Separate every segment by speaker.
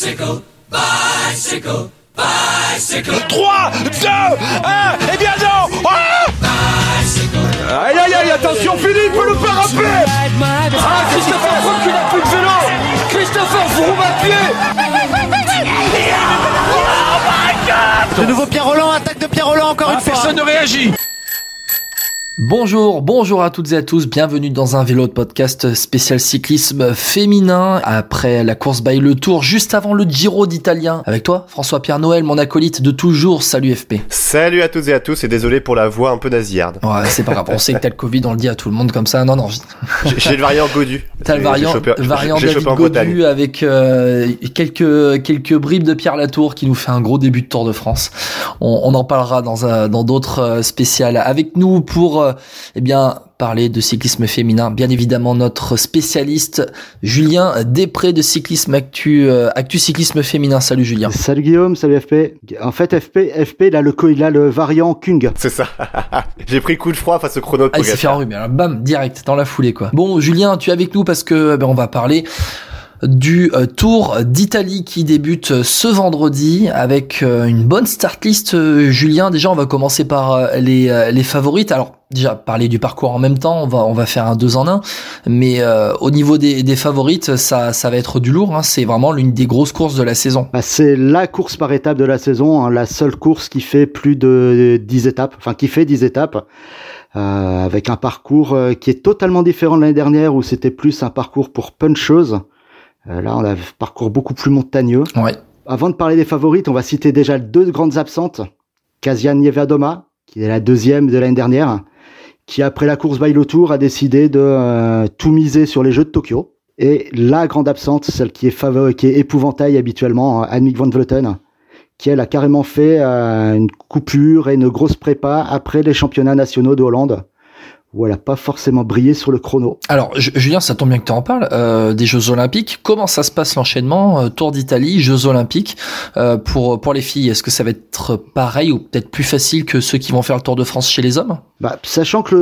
Speaker 1: Bicycle, bicycle, bicycle.
Speaker 2: 3, 2, 1, et bien non. Aïe aïe aïe, attention Philippe, le parapet. Ah, Christopher Froome qui n'a plus de vélo. Christopher Froome à pied. Oh my God.
Speaker 3: De nouveau Pierre Rolland, attaque de Pierre Rolland encore une fois.
Speaker 2: Personne ne réagit.
Speaker 4: Bonjour à toutes et à tous, bienvenue dans un vélo de podcast spécial cyclisme féminin après la course by Le Tour, juste avant le Giro d'Italien. Avec toi, François-Pierre Noël, mon acolyte de toujours, salut FP.
Speaker 5: Salut à toutes et à tous et désolé pour la voix un peu nasillarde.
Speaker 4: Ouais, c'est pas grave, on sait que t'as le Covid, on le dit à tout le monde comme ça, non.
Speaker 5: J'ai le variant Godu.
Speaker 4: T'as le variant David Godu avec quelques bribes de Pierre Latour qui nous fait un gros début de Tour de France. On en parlera dans d'autres spéciales. Avec nous pour parler de cyclisme féminin, bien évidemment notre spécialiste Julien Després de Cyclisme Actu Cyclisme Féminin. Salut Julien.
Speaker 3: Salut Guillaume, salut FP. En fait FP il a le variant Kung.
Speaker 5: C'est ça. J'ai pris le coup de froid face au chrono de Pogacar.
Speaker 4: Il s'est fait enrhumer, alors bam, direct dans la foulée quoi. Bon Julien, tu es avec nous parce que on va parler du Tour d'Italie qui débute ce vendredi avec une bonne start list. Julien, déjà on va commencer par les favorites. Alors déjà parler du parcours en même temps, on va faire un 2 en 1, mais au niveau des favorites, ça va être du lourd, hein. C'est vraiment l'une des grosses courses de la saison.
Speaker 3: C'est la course par étape de la saison, hein, la seule course qui fait plus de 10 étapes, enfin qui fait 10 étapes. Avec un parcours qui est totalement différent de l'année dernière où c'était plus un parcours pour puncheuses. Là, on a un parcours beaucoup plus montagneux.
Speaker 4: Ouais.
Speaker 3: Avant de parler des favorites, on va citer déjà deux grandes absentes. Kasia Niewiadoma, qui est la deuxième de l'année dernière, qui après la course by Le Tour a décidé de tout miser sur les Jeux de Tokyo. Et la grande absente, celle qui est épouvantail habituellement, Annemiek van Vleuten, qui elle a carrément fait une coupure et une grosse prépa après les championnats nationaux de Hollande, où elle a pas forcément brillé sur le chrono.
Speaker 4: Alors, Julien, ça tombe bien que tu en parles, des Jeux Olympiques. Comment ça se passe l'enchaînement Tour d'Italie, Jeux Olympiques, pour les filles? Est-ce que ça va être pareil ou peut-être plus facile que ceux qui vont faire le Tour de France chez les hommes?
Speaker 3: Sachant que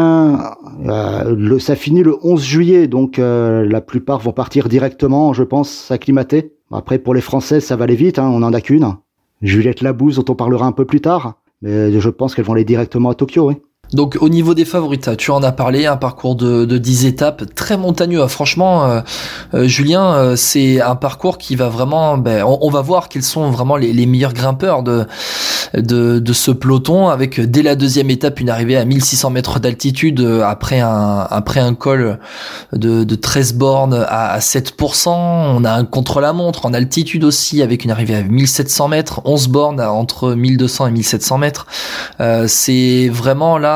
Speaker 3: ça finit le 11 juillet, donc la plupart vont partir directement, je pense, s'acclimater. Après, pour les Françaises, ça va aller vite, hein, on en a qu'une. Juliette Labouze, dont on parlera un peu plus tard, mais je pense qu'elles vont aller directement à Tokyo, oui.
Speaker 4: Donc au niveau des favorites, tu en as parlé, un parcours de 10 étapes très montagneux. Franchement, Julien, c'est un parcours qui va vraiment, on va voir quels sont vraiment les meilleurs grimpeurs de ce peloton, avec dès la deuxième étape une arrivée à 1600 mètres d'altitude après un col de 13 bornes à 7%. On a un contre-la-montre en altitude aussi avec une arrivée à 1700 mètres, 11 bornes entre 1200 et 1700 mètres. C'est vraiment là,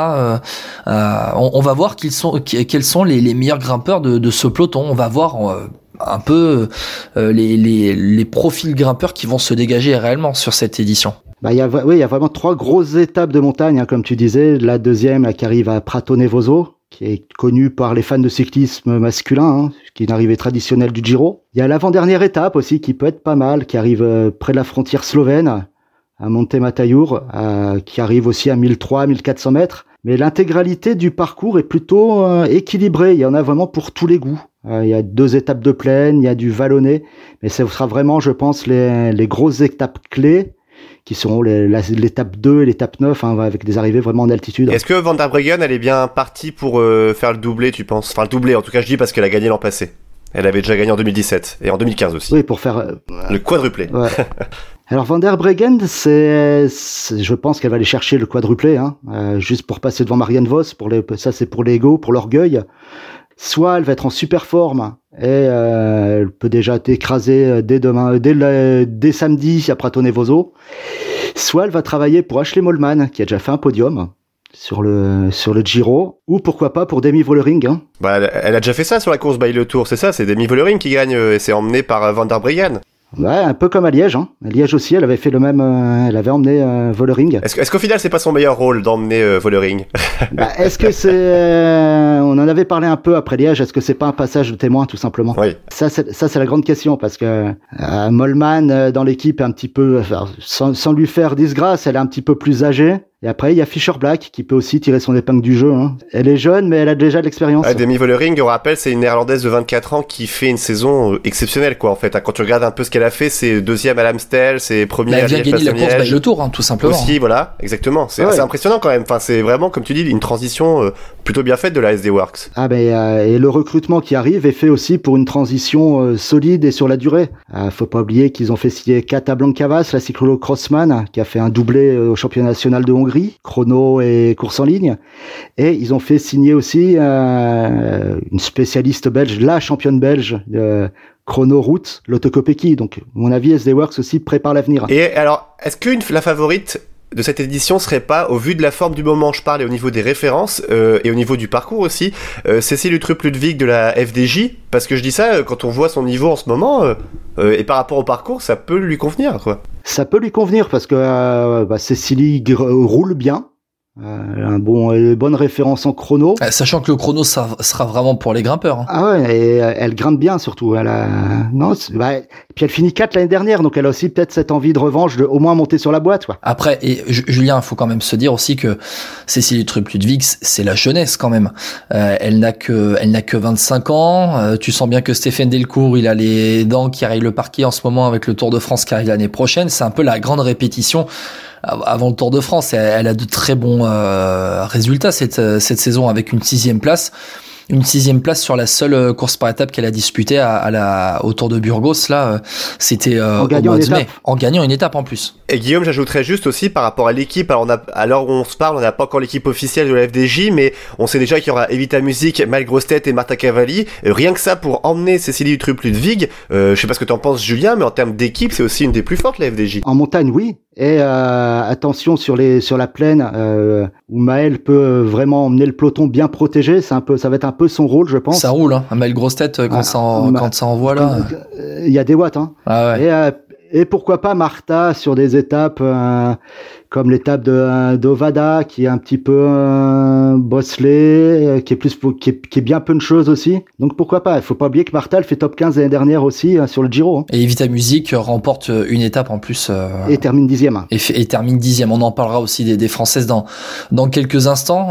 Speaker 4: on va voir quels sont les meilleurs grimpeurs de ce peloton. On va voir un peu les profils grimpeurs qui vont se dégager réellement sur cette édition.
Speaker 3: Il y a vraiment trois grosses étapes de montagne, hein, comme tu disais. La deuxième, là, qui arrive à Prato Nevoso, qui est connue par les fans de cyclisme masculin, hein, qui est une arrivée traditionnelle du Giro. Il y a l'avant-dernière étape aussi, qui peut être pas mal, qui arrive près de la frontière slovène, à Monte Mataiur, qui arrive aussi à 1300-1400 mètres. Mais l'intégralité du parcours est plutôt équilibrée. Il y en a vraiment pour tous les goûts. Il y a 2 étapes de plaine, il y a du vallonné. Mais ce sera vraiment, je pense, les grosses étapes clés, qui seront l'étape 2 et l'étape 9, hein, avec des arrivées vraiment en altitude.
Speaker 5: Est-ce que Van der Breggen, elle est bien partie pour faire le doublé, tu penses? Enfin, le doublé, en tout cas, je dis parce qu'elle a gagné l'an passé. Elle avait déjà gagné en 2017 et en 2015 aussi.
Speaker 3: Oui, pour faire...
Speaker 5: le quadruplé.
Speaker 3: Ouais. Alors Van der Breggen, je pense qu'elle va aller chercher le quadruplé, hein, juste pour passer devant Marianne Vos. Ça c'est pour l'ego, pour l'orgueil. Soit elle va être en super forme et elle peut déjà t'écraser dès samedi à Prato Nevoso. Soit elle va travailler pour Ashley Mollman, qui a déjà fait un podium sur le Giro, ou pourquoi pas pour Demi Vollering, hein.
Speaker 5: Elle a déjà fait ça sur la course by Le Tour, c'est ça, c'est Demi Vollering qui gagne et c'est emmené par Van der Breggen.
Speaker 3: Ouais, un peu comme à Liège, hein. À Liège aussi, elle avait fait le même, elle avait emmené Vollering.
Speaker 5: Est-ce qu'au final, c'est pas son meilleur rôle d'emmener Vollering?
Speaker 3: Est-ce que c'est, on en avait parlé un peu après Liège, est-ce que c'est pas un passage de témoin, tout simplement?
Speaker 5: Oui.
Speaker 3: Ça, c'est la grande question, parce que Mollman, dans l'équipe, est un petit peu, sans lui faire disgrâce, elle est un petit peu plus âgée. Et après, il y a Fisher Black qui peut aussi tirer son épingle du jeu. Hein. Elle est jeune, mais elle a déjà de l'expérience.
Speaker 5: Demi Vollering, on rappelle, c'est une néerlandaise de 24 ans qui fait une saison exceptionnelle, quoi, en fait. Quand tu regardes un peu ce qu'elle a fait, c'est deuxième à l'Amstel, c'est première à Liège.
Speaker 4: Elle vient gagner la course by le Tour, hein, tout simplement.
Speaker 5: Aussi, voilà, exactement. C'est assez impressionnant quand même. Enfin, c'est vraiment, comme tu dis, une transition plutôt bien faite de la SD Works.
Speaker 3: Ah ben, et le recrutement qui arrive est fait aussi pour une transition solide et sur la durée. Faut pas oublier qu'ils ont fait signer Kata Blankavas, la cyclo-crossman, qui a fait un doublé au championnat national de Hongrie, chrono et course en ligne. Et ils ont fait signer aussi une spécialiste belge, la championne belge chrono route, Lotte Kopecky. Donc, à mon avis, SD Works aussi prépare l'avenir.
Speaker 5: Et alors, est-ce que la favorite de cette édition serait pas, au vu de la forme du moment, je parle, et au niveau des références, et au niveau du parcours aussi, Cécile Uttrup-Ludwig de la FDJ? Parce que je dis ça, quand on voit son niveau en ce moment, et par rapport au parcours, ça peut lui convenir, quoi.
Speaker 3: Ça peut lui convenir, parce que Cécilie roule bien. Bonne référence en chrono.
Speaker 4: Sachant que le chrono, ça sera vraiment pour les grimpeurs. Hein.
Speaker 3: Ah ouais, et elle grimpe bien surtout. Puis elle finit 4 l'année dernière, donc elle a aussi peut-être cette envie de revanche de au moins monter sur la boîte, quoi.
Speaker 4: Après, et Julien, il faut quand même se dire aussi que Cécile Uttrup-Ludwig, c'est la jeunesse quand même. Elle n'a que 25 ans. Tu sens bien que Stéphane Delcourt, il a les dents qui rayent le parquet en ce moment avec le Tour de France qui arrive l'année prochaine. C'est un peu la grande répétition avant le Tour de France. Elle a de très bons résultats cette saison avec une 6e place. Une 6e place sur la seule course par étape qu'elle a disputée au Tour de Burgos. Là, c'était au mois de mai, en gagnant une étape en plus.
Speaker 5: Et Guillaume, j'ajouterais juste aussi par rapport à l'équipe. Alors, à l'heure où on se parle, on n'a pas encore l'équipe officielle de la FDJ, mais on sait déjà qu'il y aura Evita Music, Maëlle Grossetête et Marta Cavalli. Rien que ça pour emmener Cécilie Uttrup-Ludwig. Je sais pas ce que t'en penses, Julien, mais en termes d'équipe, c'est aussi une des plus fortes, la FDJ.
Speaker 3: En montagne, oui. Et attention sur la plaine où Maëlle peut vraiment emmener le peloton bien protégé. Ça va être un peu son rôle, je pense.
Speaker 4: Ça roule, hein. Maëlle Grossetête quand ça envoie là.
Speaker 3: Il y a des watts, hein.
Speaker 4: Ah ouais.
Speaker 3: Et pourquoi pas Marta sur des étapes comme l'étape d'Ovada qui est un petit peu bosselée, qui est bien puncheuse aussi. Donc pourquoi pas. Il faut pas oublier que Marta elle fait top 15 l'année dernière aussi sur le Giro. Hein.
Speaker 4: Et Evita Music remporte une étape en plus.
Speaker 3: Et termine 10e.
Speaker 4: Et termine 10e. On en parlera aussi des Françaises dans quelques instants.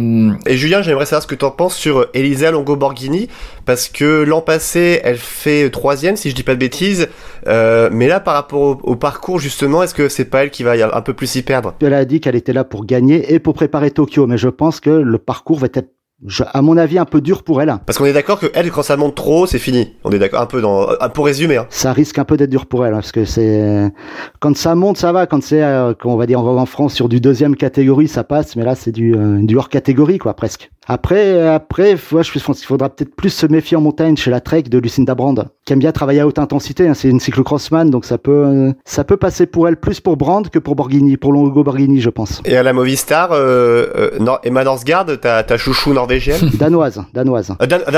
Speaker 5: Et Julien, j'aimerais savoir ce que tu en penses sur Elisa Longo-Borghini, parce que l'an passé, elle fait 3e, si je dis pas de bêtises. Mais là, par rapport au parcours, justement, est-ce que c'est pas elle qui va un peu plus y perdre?
Speaker 3: Elle a dit qu'elle était là pour gagner et pour préparer Tokyo, mais je pense que le parcours va être, à mon avis, un peu dur pour elle.
Speaker 5: Parce qu'on est d'accord que elle, quand ça monte trop, c'est fini. On est d'accord, un peu pour résumer. Hein.
Speaker 3: Ça risque un peu d'être dur pour elle, parce que quand ça monte, ça va. Quand c'est, on va dire en France sur du 2e catégorie, ça passe, mais là c'est du hors catégorie, quoi, presque. Après, je pense qu'il faudra peut-être plus se méfier en montagne chez la Trek de Lucinda Brand, qui aime bien travailler à haute intensité. Hein, c'est une cyclocrossman, donc ça peut passer pour elle plus pour Brand que pour Borghini, pour Longo Borghini, je pense.
Speaker 5: Et à la Movistar, Emma Norsgaard, ta chouchou norvégienne.
Speaker 3: Danoise.
Speaker 5: Danoise,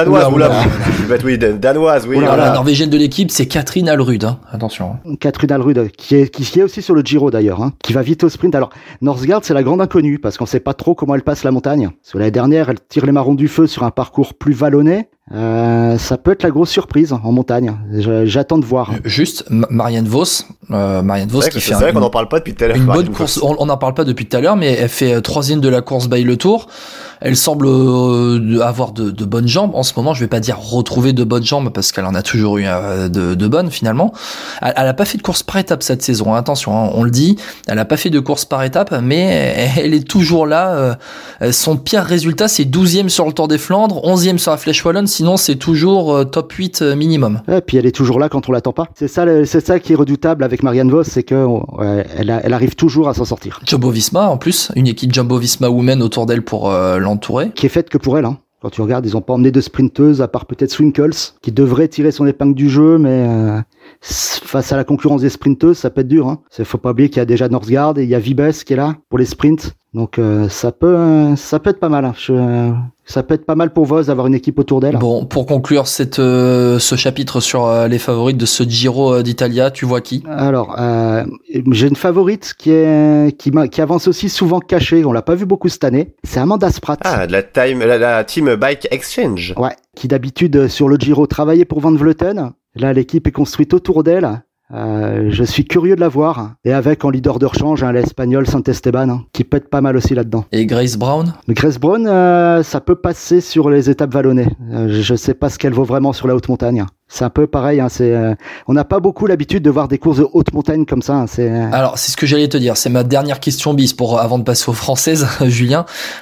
Speaker 5: oui.
Speaker 4: Alors, la norvégienne de l'équipe, c'est Catherine Alrud, hein. Attention.
Speaker 3: Catherine Alrud, qui est aussi sur le Giro d'ailleurs, hein, qui va vite au sprint. Alors, Norsgaard, c'est la grande inconnue, parce qu'on sait pas trop comment elle passe la montagne. Parce que l'année dernière, elle tire les marrons du feu sur un parcours plus vallonné. Ça peut être la grosse surprise en montagne. J'attends de voir.
Speaker 4: Juste Marianne Vos qui fait
Speaker 5: c'est vrai qu'on n'en parle pas depuis tout à l'heure.
Speaker 4: Une bonne course. On n'en parle pas depuis tout à l'heure, mais elle fait 3e de la course by le Tour. Elle semble avoir de bonnes jambes en ce moment. Je vais pas dire retrouver de bonnes jambes parce qu'elle en a toujours eu de bonnes finalement. Elle a pas fait de course par étape cette saison. Hein, attention, hein, on le dit. Elle a pas fait de course par étape, mais elle est toujours là. Son pire résultat, c'est 12e sur le Tour des Flandres, 11e sur la Flèche Wallonne. Sinon, c'est toujours top 8 minimum.
Speaker 3: Et puis elle est toujours là quand on l'attend pas. C'est ça qui est redoutable avec Marianne Vos, c'est que elle arrive toujours à s'en sortir.
Speaker 4: Jumbo-Visma en plus, une équipe Jumbo-Visma Women autour d'elle pour l'entourer.
Speaker 3: Qui est faite que pour elle, hein. Quand tu regardes, ils ont pas emmené de sprinteuses à part peut-être Swinkles, qui devrait tirer son épingle du jeu, mais face à la concurrence des sprinteuses, ça peut être dur. Hein. Faut pas oublier qu'il y a déjà Norsgaard et il y a Vibes qui est là pour les sprints. Donc ça peut être pas mal. Hein. Ça peut être pas mal pour Vos d'avoir une équipe autour d'elle.
Speaker 4: Bon, pour conclure ce chapitre sur les favorites de ce Giro d'Italia, tu vois qui?
Speaker 3: Alors, j'ai une favorite qui avance aussi souvent cachée. On l'a pas vu beaucoup cette année. C'est Amanda Spratt.
Speaker 5: Ah, de la Team Bike Exchange.
Speaker 3: Ouais, qui d'habitude sur le Giro travaillait pour Van Vleuten. Là, l'équipe est construite autour d'elle. Je suis curieux de la voir. Et avec en leader de rechange l'Espagnol Sant-Esteban, qui pète pas mal aussi là-dedans.
Speaker 4: Et Grace Brown?
Speaker 3: Mais Grace Brown, ça peut passer sur les étapes vallonnées. Je sais pas ce qu'elle vaut vraiment sur la haute montagne. C'est un peu pareil, on n'a pas beaucoup l'habitude de voir des courses de haute montagne comme ça.
Speaker 4: Alors, c'est ce que j'allais te dire. C'est ma dernière question bis avant de passer aux françaises, Julien.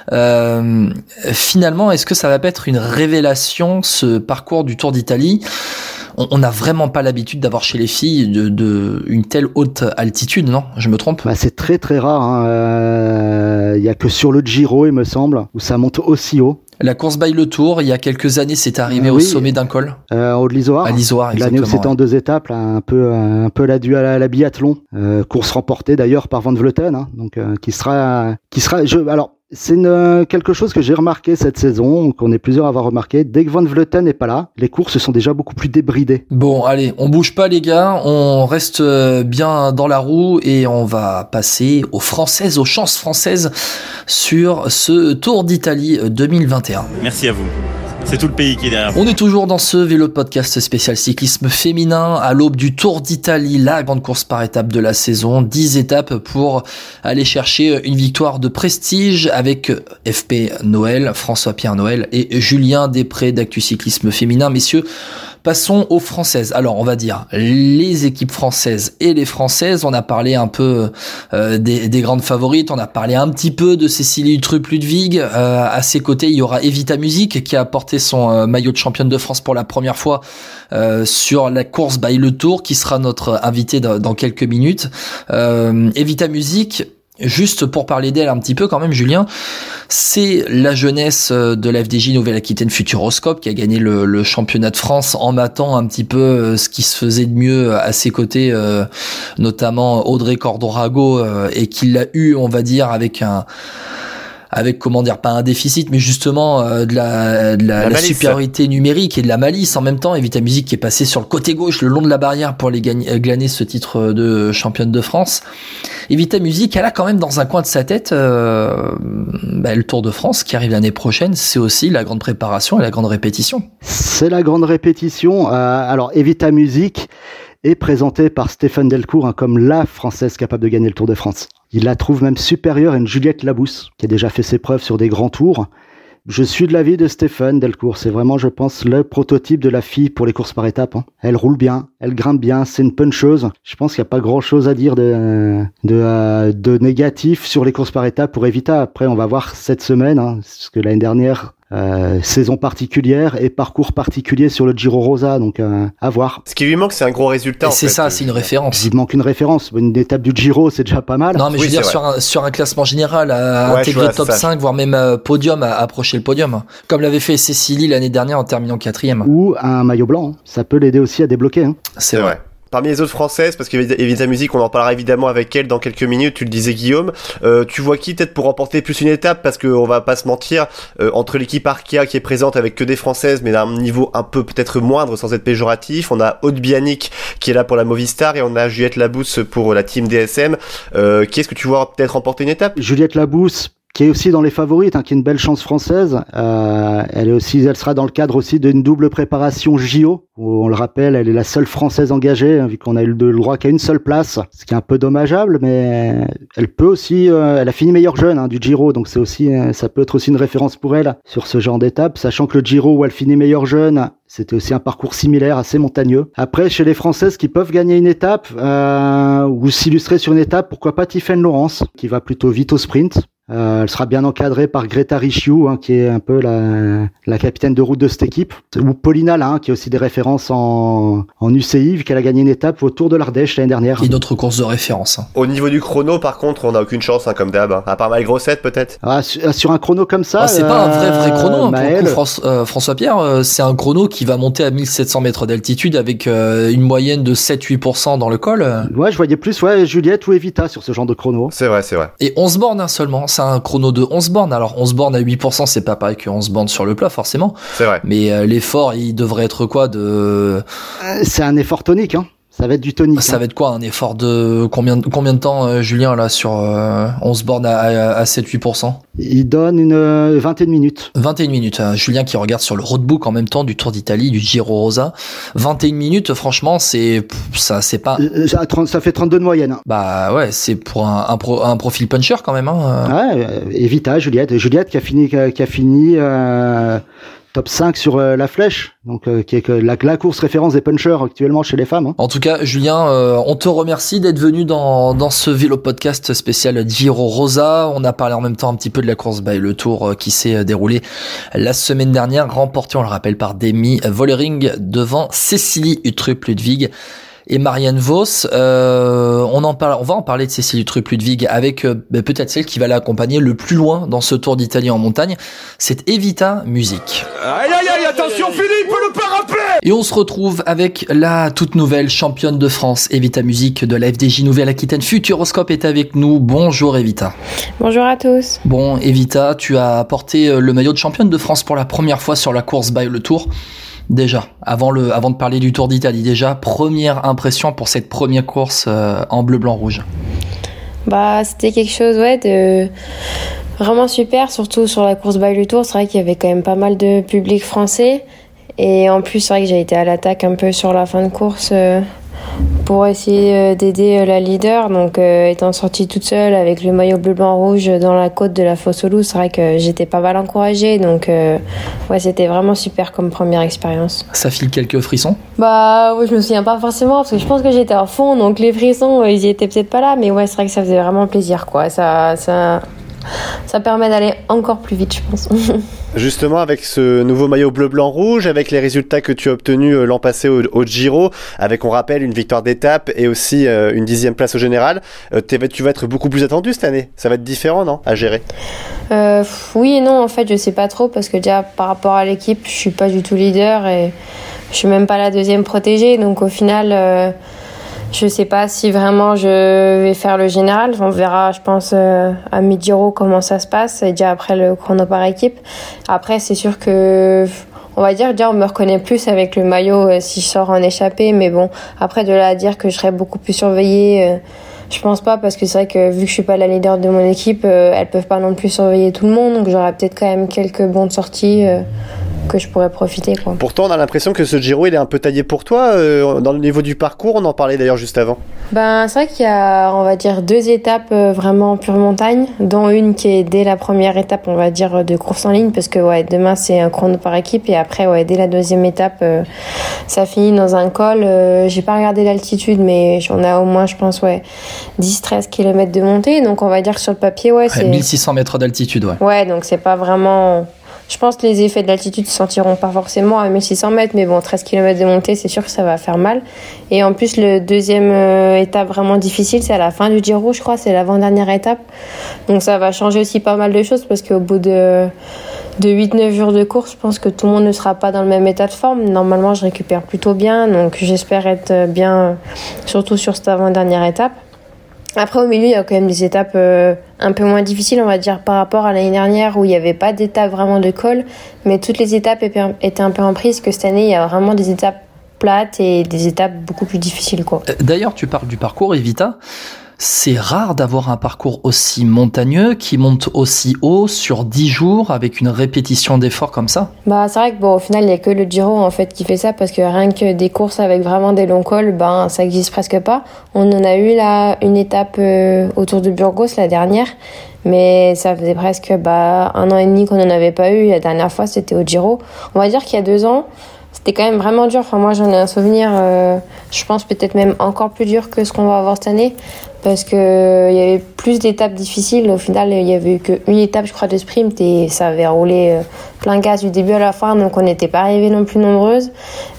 Speaker 4: Finalement, est-ce que ça va pas être une révélation, ce parcours du Tour d'Italie? On n'a vraiment pas l'habitude d'avoir chez les filles de une telle haute altitude, non? Je me trompe?
Speaker 3: C'est très très rare. Il y a que sur le Giro, il me semble, où ça monte aussi haut.
Speaker 4: La course by le Tour, il y a quelques années, c'est arrivé au sommet d'un col.
Speaker 3: Au de l'Isoard.
Speaker 4: À l'Isoard, exactement.
Speaker 3: L'année où c'était en 2 étapes, là, un peu la due à la biathlon. Course remportée d'ailleurs par Van Vleuten, donc qui sera. Alors. C'est quelque chose que j'ai remarqué cette saison, qu'on est plusieurs à avoir remarqué. Dès que Van Vleuten n'est pas là, les courses sont déjà beaucoup plus débridées.
Speaker 4: Bon, allez, on bouge pas les gars, on reste bien dans la roue et on va passer aux Françaises, aux chances françaises sur ce Tour d'Italie 2021.
Speaker 6: Merci à vous. C'est tout le pays qui est derrière.
Speaker 4: On est toujours dans ce vélo podcast spécial cyclisme féminin à l'aube du Tour d'Italie, la grande course par étapes de la saison. 10 étapes pour aller chercher une victoire de prestige avec FP Noël, François-Pierre Noël et Julien Després d'Actu Cyclisme Féminin. Messieurs, passons aux Françaises. Alors, on va dire les équipes françaises et les Françaises. On a parlé un peu des grandes favorites. On a parlé un petit peu de Cécilie Uttrup-Ludwig. À ses côtés, il y aura Evita Music qui a porté son maillot de championne de France pour la première fois sur la course by le Tour, qui sera notre invitée dans quelques minutes. Evita Music, juste pour parler d'elle un petit peu quand même, Julien, c'est la jeunesse de la FDJ Nouvelle-Aquitaine Futuroscope qui a gagné le championnat de France en matant un petit peu ce qui se faisait de mieux à ses côtés, notamment Audrey Cordorago, et qui l'a eu, on va dire, avec comment dire, pas un déficit, mais justement de la supériorité numérique et de la malice en même temps. Evita Music qui est passée sur le côté gauche le long de la barrière pour glaner ce titre de championne de France. Evita Music, elle a quand même dans un coin de sa tête le Tour de France qui arrive l'année prochaine. C'est aussi la grande préparation et la grande répétition.
Speaker 3: C'est la grande répétition. Alors Evita Music est présentée par Stéphane Delcourt comme la Française capable de gagner le Tour de France. Il la trouve même supérieure à une Juliette Labousse, qui a déjà fait ses preuves sur des grands tours. Je suis de l'avis de Stéphane Delcourt. C'est vraiment, je pense, le prototype de la fille pour les courses par étapes. Elle roule bien, elle grimpe bien, c'est une puncheuse. Je pense qu'il n'y a pas grand-chose à dire de négatif sur les courses par étapes pour Evita. Après, on va voir cette semaine, parce que l'année dernière, saison particulière et parcours particulier sur le Giro Rosa, donc à voir.
Speaker 5: Ce qui lui manque, c'est un gros résultat.
Speaker 4: C'est ça, c'est une référence.
Speaker 3: Il manque une référence. Une étape du Giro, c'est déjà pas mal.
Speaker 4: Non, mais je veux dire, sur un classement général, intégrer top 5, voire même podium, à approcher le podium. Comme l'avait fait Cécilie l'année dernière en terminant 4e.
Speaker 3: Ou un maillot blanc. Ça peut l'aider aussi à débloquer.
Speaker 5: C'est vrai. Parmi les autres françaises, parce qu'Evita Music, on en parlera évidemment avec elle dans quelques minutes, tu le disais Guillaume, tu vois qui peut-être pour remporter plus une étape, parce qu'on va pas se mentir, entre l'équipe Arkea qui est présente avec que des françaises, mais d'un niveau un peu peut-être moindre sans être péjoratif, on a Aude Bianic qui est là pour la Movistar, et on a Juliette Labousse pour la team DSM. Qui est-ce que tu vois peut-être remporter une étape?
Speaker 3: Juliette Labousse, qui est aussi dans les favorites, qui est une belle chance française. Elle sera dans le cadre aussi d'une double préparation JO, où on le rappelle, elle est la seule française engagée, vu qu'on a eu le droit qu'à une seule place, ce qui est un peu dommageable, mais elle peut aussi, elle a fini meilleure jeune du Giro, donc c'est aussi, ça peut être aussi une référence pour elle sur ce genre d'étape, sachant que le Giro où elle finit meilleure jeune, c'était aussi un parcours similaire, assez montagneux. Après, chez les Françaises qui peuvent gagner une étape, ou s'illustrer sur une étape, pourquoi pas Tiffaine Laurence, qui va plutôt vite au sprint. Elle sera bien encadrée par Greta Ricciu, qui est un peu la capitaine de route de cette équipe, ou Paulina là, qui a aussi des références en UCI, vu qu'elle a gagné une étape au Tour de l'Ardèche l'année dernière.
Speaker 4: Et d'autres courses de référence.
Speaker 5: Au niveau du chrono, par contre, on n'a aucune chance, comme d'hab, à part Malgrossette peut-être.
Speaker 3: Sur un chrono comme ça,
Speaker 4: c'est pas un vrai chrono. Pour le coup, François-Pierre, c'est un chrono qui va monter à 1700 mètres d'altitude avec une moyenne de 7-8% dans le col.
Speaker 3: Ouais, je voyais plus Juliette ou Evita sur ce genre de chrono.
Speaker 5: C'est vrai.
Speaker 4: Et 11 bornes seulement. C'est un chrono de 11 bornes. Alors 11 bornes à 8%, c'est pas pareil que 11 bornes sur le plat forcément.
Speaker 5: C'est vrai.
Speaker 4: Mais l'effort, il devrait être quoi de...
Speaker 3: C'est un effort tonique, Ça va être du tonique.
Speaker 4: Ça va être quoi, un effort de combien de temps, Julien, là, sur 11 bornes à 7-8%?
Speaker 3: Il donne une 21 minutes.
Speaker 4: 21 minutes. Julien qui regarde sur le roadbook en même temps du Tour d'Italie, du Giro Rosa. 21 minutes, franchement, c'est pas...
Speaker 3: Ça fait 32 de moyenne.
Speaker 4: Bah ouais, c'est pour un profil puncher quand même.
Speaker 3: Ouais, Evita, Juliette qui a fini top 5 sur la flèche, donc qui est la course référence des punchers actuellement chez les femmes.
Speaker 4: En tout cas, Julien, on te remercie d'être venu dans ce vélo podcast spécial Giro Rosa. On a parlé en même temps un petit peu de la course le Tour qui s'est déroulée la semaine dernière, remportée, on le rappelle, par Demi Vollering devant Cécilie Uttrup-Ludwig et Marianne Vos. On va en parler de Cécilie Uttrup-Ludwig avec peut-être celle qui va l'accompagner le plus loin dans ce Tour d'Italie en montagne. C'est Evita Music.
Speaker 2: Aïe, attention Philippe, le parapet.
Speaker 4: Et on se retrouve avec la toute nouvelle championne de France, Evita Music de la FDJ Nouvelle-Aquitaine. Futuroscope est avec nous. Bonjour Evita.
Speaker 7: Bonjour à tous.
Speaker 4: Bon, Evita, tu as porté le maillot de championne de France pour la première fois sur la course le Tour. Déjà, avant de parler du Tour d'Italie, première impression pour cette première course en bleu, blanc, rouge.
Speaker 7: C'était quelque chose de vraiment super, surtout sur la course le Tour. C'est vrai qu'il y avait quand même pas mal de public français. Et en plus, c'est vrai que j'ai été à l'attaque un peu sur la fin de course pour essayer d'aider la leader. Donc, étant sortie toute seule avec le maillot bleu, blanc, rouge dans la côte de la Fosse-aux-Loups, c'est vrai que j'étais pas mal encouragée. Donc, c'était vraiment super comme première expérience.
Speaker 4: Ça file quelques frissons?
Speaker 7: Je me souviens pas forcément parce que je pense que j'étais à fond. Donc, les frissons, ils y étaient peut-être pas là. Mais c'est vrai que ça faisait vraiment plaisir, quoi. Ça permet d'aller encore plus vite, je pense.
Speaker 5: Justement, avec ce nouveau maillot bleu-blanc-rouge, avec les résultats que tu as obtenus l'an passé au Giro, avec, on rappelle, une victoire d'étape et aussi une 10e place au général, tu vas être beaucoup plus attendu cette année. Ça va être différent, non, à gérer?
Speaker 7: Oui et non, en fait, je sais pas trop parce que déjà, par rapport à l'équipe, je suis pas du tout leader et je suis même pas la deuxième protégée. Donc, au final... je sais pas si vraiment je vais faire le général. On verra, je pense, à mi-Giro comment ça se passe. Et déjà après le chrono par équipe. Après, c'est sûr que, on va dire, déjà, on me reconnaît plus avec le maillot si je sors en échappée. Mais bon, après, de là à dire que je serai beaucoup plus surveillée, je pense pas. Parce que c'est vrai que vu que je suis pas la leader de mon équipe, elles peuvent pas non plus surveiller tout le monde. Donc j'aurai peut-être quand même quelques bonnes sorties que je pourrais profiter, quoi.
Speaker 5: Pourtant, on a l'impression que ce Giro, il est un peu taillé pour toi, dans le niveau du parcours. On en parlait d'ailleurs juste avant.
Speaker 7: C'est vrai qu'il y a, on va dire, 2 étapes vraiment pure montagne, dont une qui est dès la première étape, on va dire, de course en ligne, parce que demain c'est un chrono par équipe, et après, dès la 2e étape, ça finit dans un col. J'ai pas regardé l'altitude, mais on a au moins, je pense, 10-13 km de montée, donc on va dire que sur le papier, c'est...
Speaker 4: 1600 mètres d'altitude,
Speaker 7: donc c'est pas vraiment... Je pense que les effets de l'altitude ne se sentiront pas forcément à 1600 mètres, mais 13 km de montée, c'est sûr que ça va faire mal. Et en plus, le 2e étape vraiment difficile, c'est à la fin du Giro, je crois, c'est l'avant-dernière étape. Donc ça va changer aussi pas mal de choses, parce qu'au bout de 8-9 jours de course, je pense que tout le monde ne sera pas dans le même état de forme. Normalement, je récupère plutôt bien, donc j'espère être bien, surtout sur cette avant-dernière étape. Après, au milieu, il y a quand même des étapes un peu moins difficiles, on va dire, par rapport à l'année dernière où il n'y avait pas d'étape vraiment de col, mais toutes les étapes étaient un peu en prise, que cette année, il y a vraiment des étapes plates et des étapes beaucoup plus difficiles, quoi.
Speaker 4: D'ailleurs, tu parles du parcours, Evita. C'est rare d'avoir un parcours aussi montagneux qui monte aussi haut sur 10 jours avec une répétition d'efforts comme ça.
Speaker 7: C'est vrai que au final il y a que le Giro en fait qui fait ça, parce que rien que des courses avec vraiment des longs cols, ça existe presque pas. On en a eu là une étape autour de Burgos la dernière, mais ça faisait presque 1 an et demi qu'on en avait pas eu. La dernière fois c'était au Giro. On va dire qu'il y a 2 ans. C'était quand même vraiment dur. Moi, j'en ai un souvenir, je pense peut-être même encore plus dur que ce qu'on va avoir cette année, parce que il y avait plus d'étapes difficiles. Au final, il y avait eu qu'une étape, je crois, de sprint, et ça avait roulé plein gaz du début à la fin, donc on n'était pas arrivés non plus nombreuses.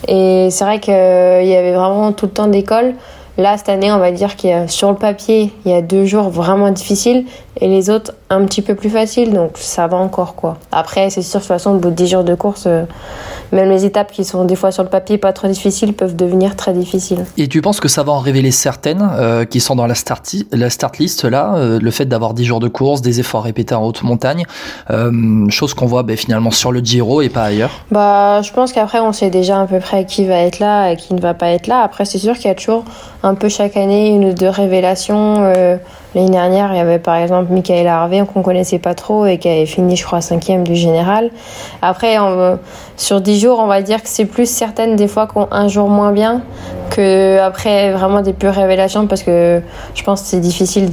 Speaker 7: Et c'est vrai qu'il y avait vraiment tout le temps des cols. Là, cette année, on va dire qu'il y a, sur le papier, il y a 2 jours vraiment difficiles, et les autres un petit peu plus faciles, donc ça va encore quoi. Après c'est sûr de toute façon au bout de 10 jours de course, même les étapes qui sont des fois sur le papier pas trop difficiles peuvent devenir très difficiles.
Speaker 4: Et tu penses que ça va en révéler certaines qui sont dans la start list là, le fait d'avoir 10 jours de course, des efforts répétés en haute montagne, chose qu'on voit finalement sur le Giro et pas ailleurs?
Speaker 7: Je pense qu'après on sait déjà à peu près qui va être là et qui ne va pas être là. Après c'est sûr qu'il y a toujours un peu chaque année une ou deux révélations. L'année dernière, il y avait par exemple Michael Harvey qu'on connaissait pas trop et qui avait fini, je crois, 5e du général. Après, sur 10 jours, on va dire que c'est plus certaines des fois qui ont un jour moins bien que après vraiment des pures révélations parce que je pense que c'est difficile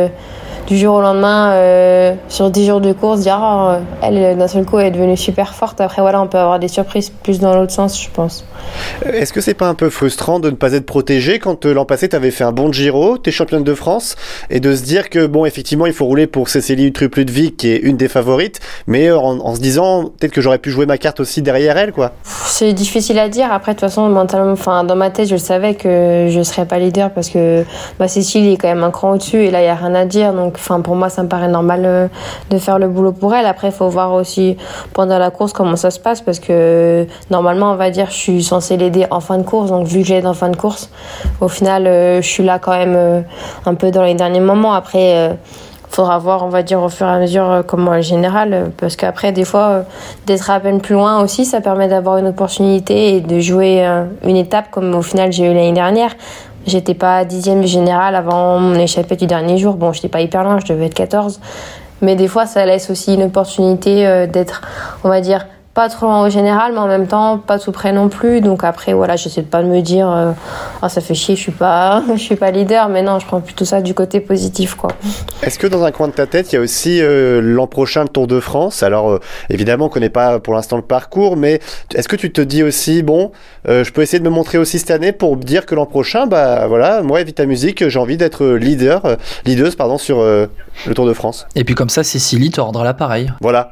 Speaker 7: du jour au lendemain, sur 10 jours de course, dire elle d'un seul coup elle est devenue super forte. Après voilà, on peut avoir des surprises plus dans l'autre sens, je pense.
Speaker 5: Est-ce que c'est pas un peu frustrant de ne pas être protégé quand l'an passé t'avais fait un bon Giro, t'es championne de France, et de se dire que bon effectivement il faut rouler pour Cecilie Uttrup-Ludwig qui est une des favorites, mais en se disant peut-être que j'aurais pu jouer ma carte aussi derrière elle quoi.
Speaker 7: C'est difficile à dire. Après de toute façon mentalement, dans ma tête je le savais que je serais pas leader parce que Cécile est quand même un cran au-dessus et là il y a rien à dire, donc pour moi ça me paraît normal de faire le boulot pour elle. Après il faut voir aussi pendant la course comment ça se passe parce que normalement on va dire je suis censée l'aider en fin de course, donc vu que j'aide en fin de course au final je suis là quand même un peu dans les derniers moments. Après faudra voir on va dire au fur et à mesure comment est le général parce qu'après des fois d'être à peine plus loin aussi ça permet d'avoir une opportunité et de jouer une étape comme au final j'ai eu l'année dernière. J'étais pas 10e du général avant mon échappée du dernier jour. Bon, j'étais pas hyper loin, je devais être 14. Mais des fois, ça laisse aussi une opportunité d'être, on va dire, pas trop loin au général, mais en même temps, pas tout près non plus. Donc après, voilà, j'essaie de pas me dire, ça fait chier, je suis pas leader. Mais non, je prends plutôt ça du côté positif, quoi.
Speaker 5: Est-ce que dans un coin de ta tête, il y a aussi l'an prochain le Tour de France? Alors, évidemment, on connaît pas pour l'instant le parcours, mais est-ce que tu te dis aussi, je peux essayer de me montrer aussi cette année pour dire que l'an prochain, voilà, moi, Vita Music, j'ai envie d'être leadeuse, sur le Tour de France.
Speaker 4: Et puis comme ça, Cécilie te rendra l'appareil.
Speaker 5: Voilà.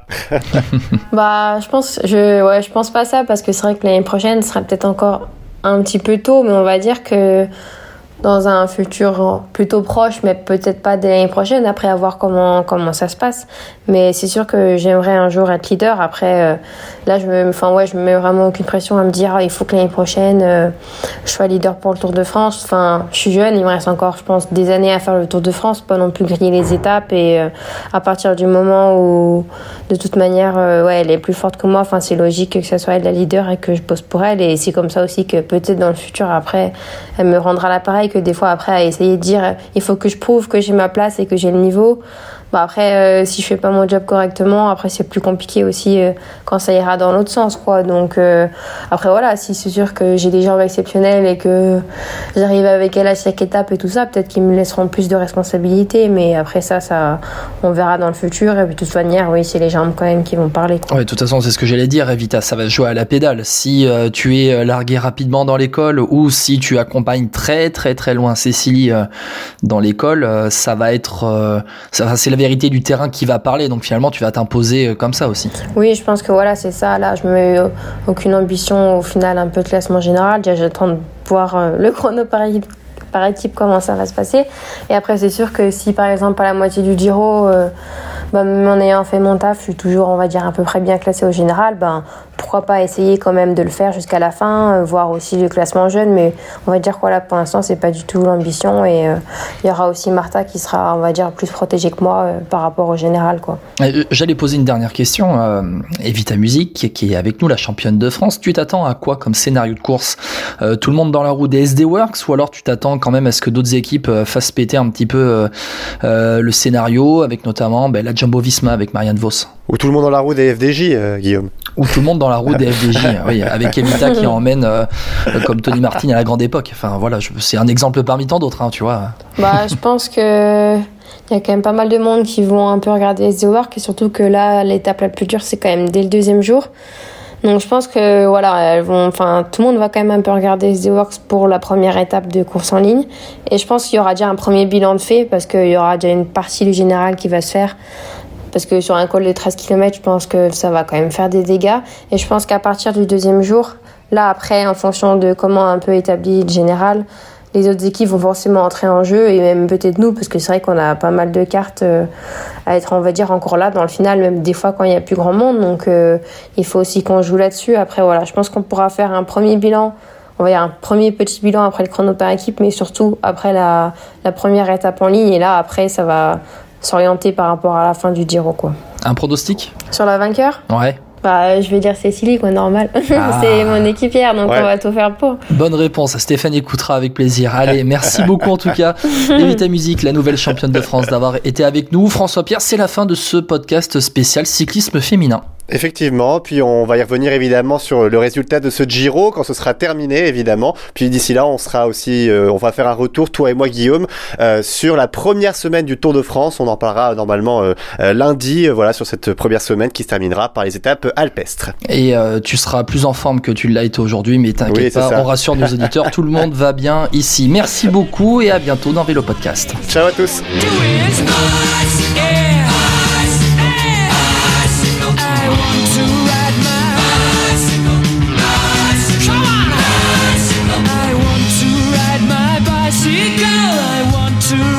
Speaker 7: Je pense pas ça parce que c'est vrai que l'année prochaine sera peut-être encore un petit peu tôt, mais on va dire que dans un futur plutôt proche, mais peut-être pas dès l'année prochaine, après voir comment ça se passe. Mais c'est sûr que j'aimerais un jour être leader. Après, là, je me mets vraiment aucune pression à me dire il faut que l'année prochaine, je sois leader pour le Tour de France. Enfin, je suis jeune, il me reste encore, je pense, des années à faire le Tour de France, pas non plus griller les étapes. Et à partir du moment où, de toute manière, elle est plus forte que moi, c'est logique que ce soit elle la leader et que je bosse pour elle. Et c'est comme ça aussi que peut-être dans le futur, après, elle me rendra l'appareil. Que des fois après à essayer de dire il faut que je prouve que j'ai ma place et que j'ai le niveau. Après si je fais pas mon job correctement, après c'est plus compliqué aussi quand ça ira dans l'autre sens quoi. Donc après voilà, si c'est sûr que j'ai des jambes exceptionnelles et que j'arrive avec elle à chaque étape et tout ça, peut-être qu'ils me laisseront plus de responsabilités, mais après ça on verra dans le futur. Et puis de toute manière oui, c'est les jambes quand même qui vont parler quoi.
Speaker 4: Ouais, de toute façon c'est ce que j'allais dire, Evita, ça va se jouer à la pédale. Si tu es largué rapidement dans l'école ou si tu accompagnes très très très loin Cécilie dans l'école, ça va être c'est la vérité du terrain qui va parler, donc finalement tu vas t'imposer comme ça aussi.
Speaker 7: Oui, je pense que voilà, c'est ça. Là, je me mets aucune ambition au final, un peu de classement général. Déjà, j'attends de voir le chrono par équipe comment ça va se passer. Et après, c'est sûr que si par exemple à la moitié du Giro, même en ayant fait mon taf, je suis toujours, on va dire, à peu près bien classée au général, pourquoi pas essayer quand même de le faire jusqu'à la fin, voir aussi le classement jeune. Mais on va dire que voilà, pour l'instant, c'est pas du tout l'ambition. Et il y aura aussi Martha qui sera, on va dire, plus protégée que moi par rapport au général, quoi.
Speaker 4: J'allais poser une dernière question. Evita Music, qui est avec nous, la championne de France, tu t'attends à quoi comme scénario de course? Tout le monde dans la roue des SD Works, ou alors tu t'attends quand même à ce que d'autres équipes fassent péter un petit peu le scénario, avec notamment la Jumbo-Visma avec Marianne Vos?
Speaker 5: Ou tout le monde dans la roue des FDJ, Guillaume?
Speaker 4: Ou tout le monde dans la roue des FDJ, oui, avec Evita qui emmène comme Tony Martin à la grande époque. Enfin voilà, c'est un exemple parmi tant d'autres, tu vois.
Speaker 7: Je pense que il y a quand même pas mal de monde qui vont un peu regarder SD Works, et surtout que là, l'étape la plus dure, c'est quand même dès le deuxième jour. Donc je pense que voilà, tout le monde va quand même un peu regarder SD Works pour la première étape de course en ligne. Et je pense qu'il y aura déjà un premier bilan de fait parce qu'il y aura déjà une partie du général qui va se faire. Parce que sur un col de 13 km, je pense que ça va quand même faire des dégâts. Et je pense qu'à partir du deuxième jour, là après, en fonction de comment un peu établi le général, les autres équipes vont forcément entrer en jeu, et même peut-être nous, parce que c'est vrai qu'on a pas mal de cartes à être, on va dire, encore là dans le final, même des fois quand il y a plus grand monde. Donc il faut aussi qu'on joue là-dessus. Après voilà, je pense qu'on pourra faire un premier bilan. On va dire un premier petit bilan après le chrono par équipe, mais surtout après la première étape en ligne. Et là, après, ça va s'orienter par rapport à la fin du Giro, quoi.
Speaker 4: Un pronostic ?
Speaker 7: Sur la vainqueur ?
Speaker 4: Ouais.
Speaker 7: Bah, je vais dire Cécilie, quoi, normal. C'est mon équipière, donc on va tout faire pour.
Speaker 4: Bonne réponse, Stéphane écoutera avec plaisir. Allez, merci beaucoup en tout cas, Evita Musique, la nouvelle championne de France, d'avoir été avec nous. François Pierre, c'est la fin de ce podcast spécial cyclisme féminin.
Speaker 5: Effectivement, puis on va y revenir évidemment sur le résultat de ce Giro quand ce sera terminé évidemment. Puis d'ici là, on sera aussi, on va faire un retour, toi et moi Guillaume, sur la première semaine du Tour de France. On en parlera normalement lundi, voilà, sur cette première semaine qui se terminera par les étapes alpestres.
Speaker 4: Et tu seras plus en forme que tu l'as été aujourd'hui, mais t'inquiète pas, on rassure nos auditeurs, tout le monde va bien ici. Merci beaucoup et à bientôt dans Vélo Podcast.
Speaker 5: Ciao à tous.
Speaker 1: I want to